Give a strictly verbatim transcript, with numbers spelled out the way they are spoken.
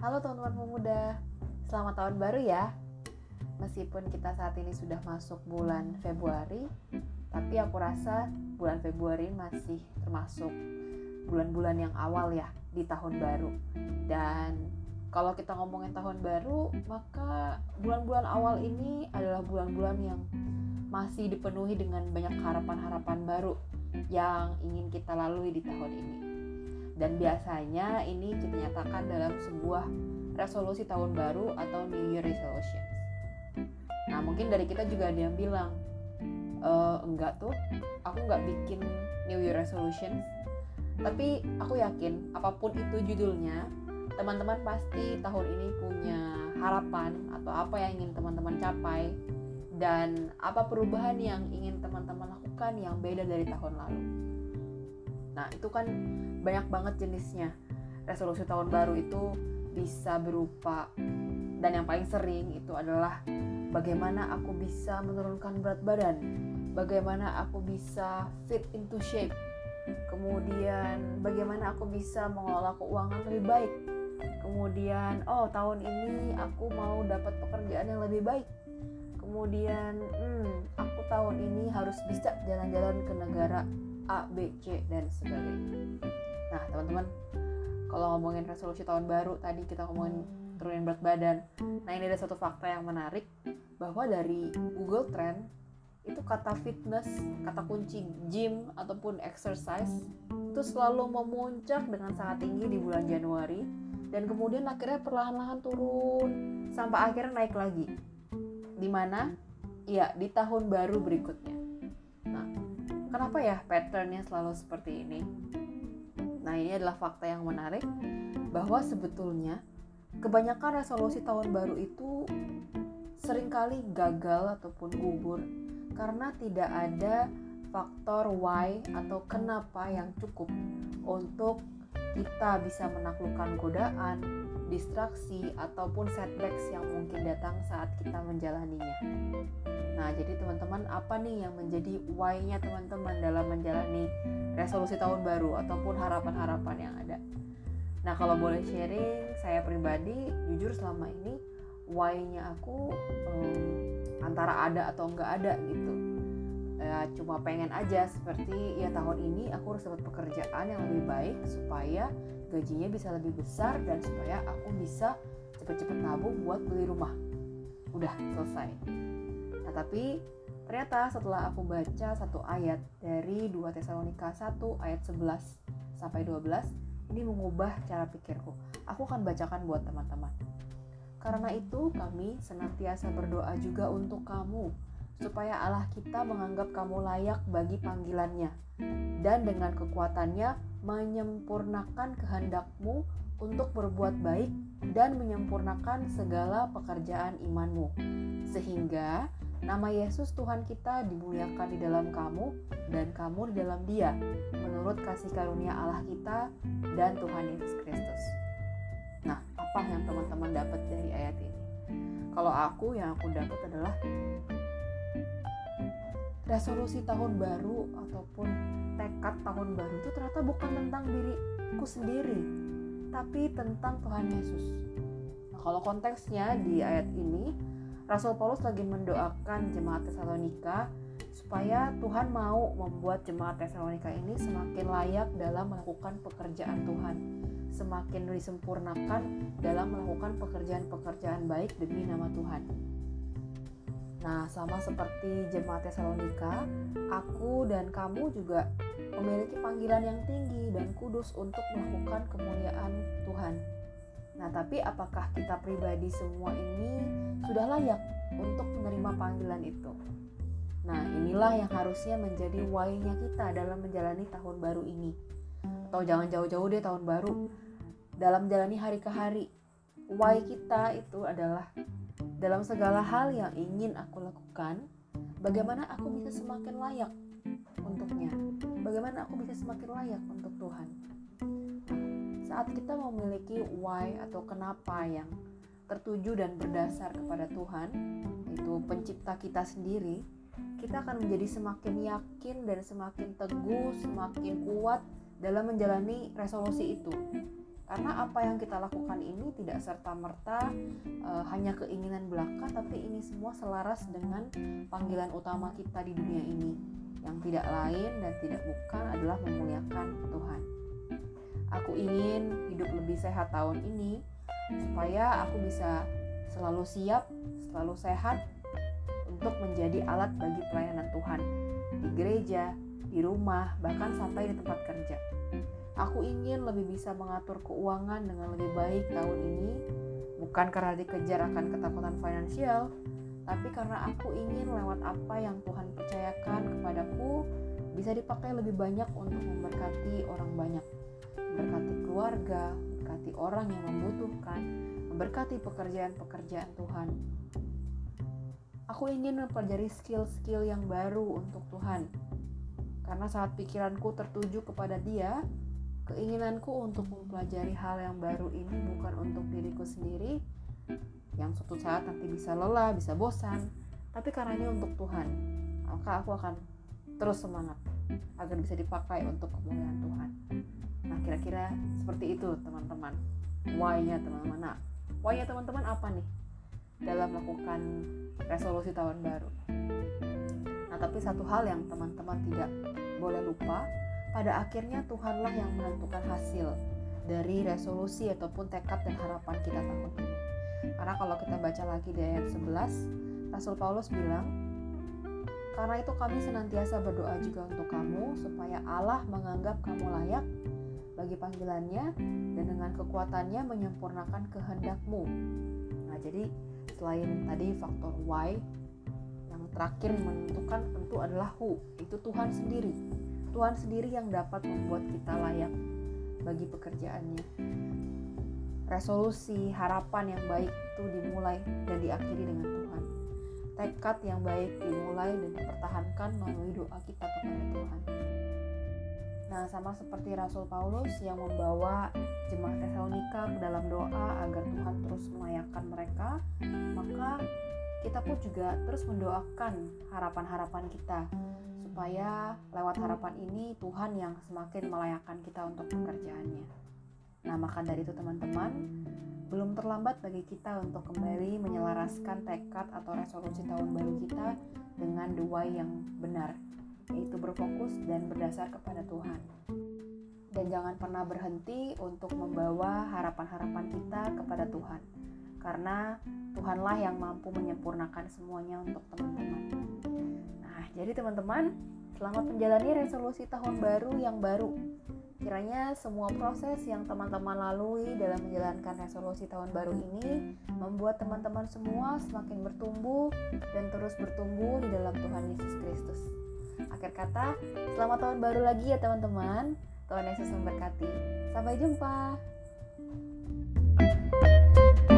Halo teman-teman pemuda, selamat tahun baru ya. Meskipun kita saat ini sudah masuk bulan Februari, tapi aku rasa bulan Februari masih termasuk bulan-bulan yang awal ya di tahun baru. Dan kalau kita ngomongin tahun baru, maka bulan-bulan awal ini adalah bulan-bulan yang masih dipenuhi dengan banyak harapan-harapan baru yang ingin kita lalui di tahun ini. Dan biasanya ini kita nyatakan dalam sebuah resolusi tahun baru atau New Year Resolutions. Nah mungkin dari kita juga ada yang bilang, e, enggak tuh, aku nggak bikin New Year Resolutions. Tapi aku yakin apapun itu judulnya, teman-teman pasti tahun ini punya harapan atau apa yang ingin teman-teman capai dan apa perubahan yang ingin teman-teman lakukan yang beda dari tahun lalu. Nah itu kan banyak banget jenisnya. Resolusi tahun baru itu bisa berupa, dan yang paling sering itu adalah bagaimana aku bisa menurunkan berat badan, bagaimana aku bisa fit into shape, kemudian bagaimana aku bisa mengelola keuangan lebih baik, kemudian oh tahun ini aku mau dapat pekerjaan yang lebih baik, kemudian hmm, aku tahun ini harus bisa jalan-jalan ke negara A, B, C, dan sebagainya. Nah teman-teman, kalau ngomongin resolusi tahun baru, tadi kita ngomongin turunin berat badan. Nah ini ada satu fakta yang menarik, bahwa dari Google Trend, itu kata fitness, kata kunci gym ataupun exercise, itu selalu memuncak dengan sangat tinggi di bulan Januari, dan kemudian akhirnya perlahan-lahan turun, sampai akhirnya naik lagi. Di mana? Ya, di tahun baru berikutnya. Nah, kenapa ya patternnya selalu seperti ini? Nah ini adalah fakta yang menarik, bahwa sebetulnya kebanyakan resolusi tahun baru itu seringkali gagal ataupun gugur karena tidak ada faktor why atau kenapa yang cukup untuk kita bisa menaklukkan godaan, distraksi, ataupun setbacks yang mungkin datang saat kita menjalaninya. Nah, jadi teman-teman, apa nih yang menjadi why-nya teman-teman dalam menjalani resolusi tahun baru ataupun harapan-harapan yang ada? Nah, kalau boleh sharing, saya pribadi jujur selama ini why-nya aku um, antara ada atau enggak ada gitu. Ya, cuma pengen aja seperti ya tahun ini aku harus dapat pekerjaan yang lebih baik supaya gajinya bisa lebih besar dan supaya aku bisa cepet-cepet nabung buat beli rumah. Udah selesai. Nah tapi ternyata setelah aku baca satu ayat dari dua Tesalonika satu ayat sebelas sampai dua belas, ini mengubah cara pikirku. Aku akan bacakan buat teman-teman. Karena itu kami senantiasa berdoa juga untuk kamu, supaya Allah kita menganggap kamu layak bagi panggilannya, dan dengan kekuatannya menyempurnakan kehendakmu untuk berbuat baik dan menyempurnakan segala pekerjaan imanmu, sehingga nama Yesus Tuhan kita dimuliakan di dalam kamu dan kamu di dalam Dia, menurut kasih karunia Allah kita dan Tuhan Yesus Kristus. Nah, apa yang teman-teman dapat dari ayat ini? Kalau aku, yang aku dapat adalah resolusi tahun baru ataupun tekad tahun baru itu ternyata bukan tentang diriku sendiri, tapi tentang Tuhan Yesus. Nah, kalau konteksnya di ayat ini, Rasul Paulus lagi mendoakan jemaat Tesalonika supaya Tuhan mau membuat jemaat Tesalonika ini semakin layak dalam melakukan pekerjaan Tuhan, semakin disempurnakan dalam melakukan pekerjaan-pekerjaan baik demi nama Tuhan. Nah, sama seperti jemaat Tesalonika, aku dan kamu juga memiliki panggilan yang tinggi dan kudus untuk melakukan kemuliaan Tuhan. Nah, tapi apakah kita pribadi semua ini sudah layak untuk menerima panggilan itu? Nah, inilah yang harusnya menjadi why-nya kita dalam menjalani tahun baru ini. Atau jangan jauh-jauh deh tahun baru, dalam menjalani hari ke hari. Why kita itu adalah dalam segala hal yang ingin aku lakukan, bagaimana aku bisa semakin layak untuknya? Bagaimana aku bisa semakin layak untuk Tuhan? Saat kita memiliki why atau kenapa yang tertuju dan berdasar kepada Tuhan, itu pencipta kita sendiri, kita akan menjadi semakin yakin dan semakin teguh, semakin kuat dalam menjalani resolusi itu. Karena apa yang kita lakukan ini tidak serta-merta uh, hanya keinginan belaka, tapi ini semua selaras dengan panggilan utama kita di dunia ini, yang tidak lain dan tidak bukan adalah memuliakan Tuhan. Aku ingin hidup lebih sehat tahun ini, supaya aku bisa selalu siap, selalu sehat untuk menjadi alat bagi pelayanan Tuhan di gereja, di rumah, bahkan sampai di tempat kerja. Aku ingin lebih bisa mengatur keuangan dengan lebih baik tahun ini, bukan karena dikejar akan ketakutan finansial, tapi karena aku ingin lewat apa yang Tuhan percayakan kepadaku bisa dipakai lebih banyak untuk memberkati orang banyak, memberkati keluarga, memberkati orang yang membutuhkan, memberkati pekerjaan-pekerjaan Tuhan. Aku ingin mempelajari skill-skill yang baru untuk Tuhan, karena saat pikiranku tertuju kepada Dia, keinginanku untuk mempelajari hal yang baru ini bukan untuk diriku sendiri yang suatu saat nanti bisa lelah, bisa bosan, tapi karena ini untuk Tuhan. Maka aku akan terus semangat agar bisa dipakai untuk kemuliaan Tuhan. Nah, kira-kira seperti itu teman-teman. Why-nya teman-teman. Nah, why-nya teman-teman apa nih dalam melakukan resolusi tahun baru? Nah, tapi satu hal yang teman-teman tidak boleh lupa, pada akhirnya Tuhanlah yang menentukan hasil dari resolusi ataupun tekad dan harapan kita tahun ini. Karena kalau kita baca lagi di ayat sebelas, Rasul Paulus bilang, "Karena itu kami senantiasa berdoa juga untuk kamu, supaya Allah menganggap kamu layak bagi panggilannya dan dengan kekuatannya menyempurnakan kehendakmu." Nah, jadi selain tadi faktor why, yang terakhir menentukan tentu adalah who, itu Tuhan sendiri. Tuhan sendiri yang dapat membuat kita layak bagi pekerjaannya. Resolusi, harapan yang baik itu dimulai dan diakhiri dengan Tuhan. Tekad yang baik dimulai dan dipertahankan melalui doa kita kepada Tuhan. Nah, sama seperti Rasul Paulus yang membawa jemaat Tesalonika ke dalam doa agar Tuhan terus melayakkan mereka, maka kita pun juga terus mendoakan harapan-harapan kita, supaya lewat harapan ini Tuhan yang semakin melayakkan kita untuk pekerjaannya. Nah, maka dari itu teman-teman, belum terlambat bagi kita untuk kembali menyelaraskan tekad atau resolusi tahun baru kita dengan the why yang benar, yaitu berfokus dan berdasar kepada Tuhan. Dan jangan pernah berhenti untuk membawa harapan-harapan kita kepada Tuhan, karena Tuhanlah yang mampu menyempurnakan semuanya untuk teman-teman. Nah, jadi teman-teman, selamat menjalani resolusi tahun baru yang baru. Kiranya semua proses yang teman-teman lalui dalam menjalankan resolusi tahun baru ini membuat teman-teman semua semakin bertumbuh dan terus bertumbuh di dalam Tuhan Yesus Kristus. Akhir kata, selamat tahun baru lagi ya teman-teman. Tuhan Yesus memberkati. Sampai jumpa.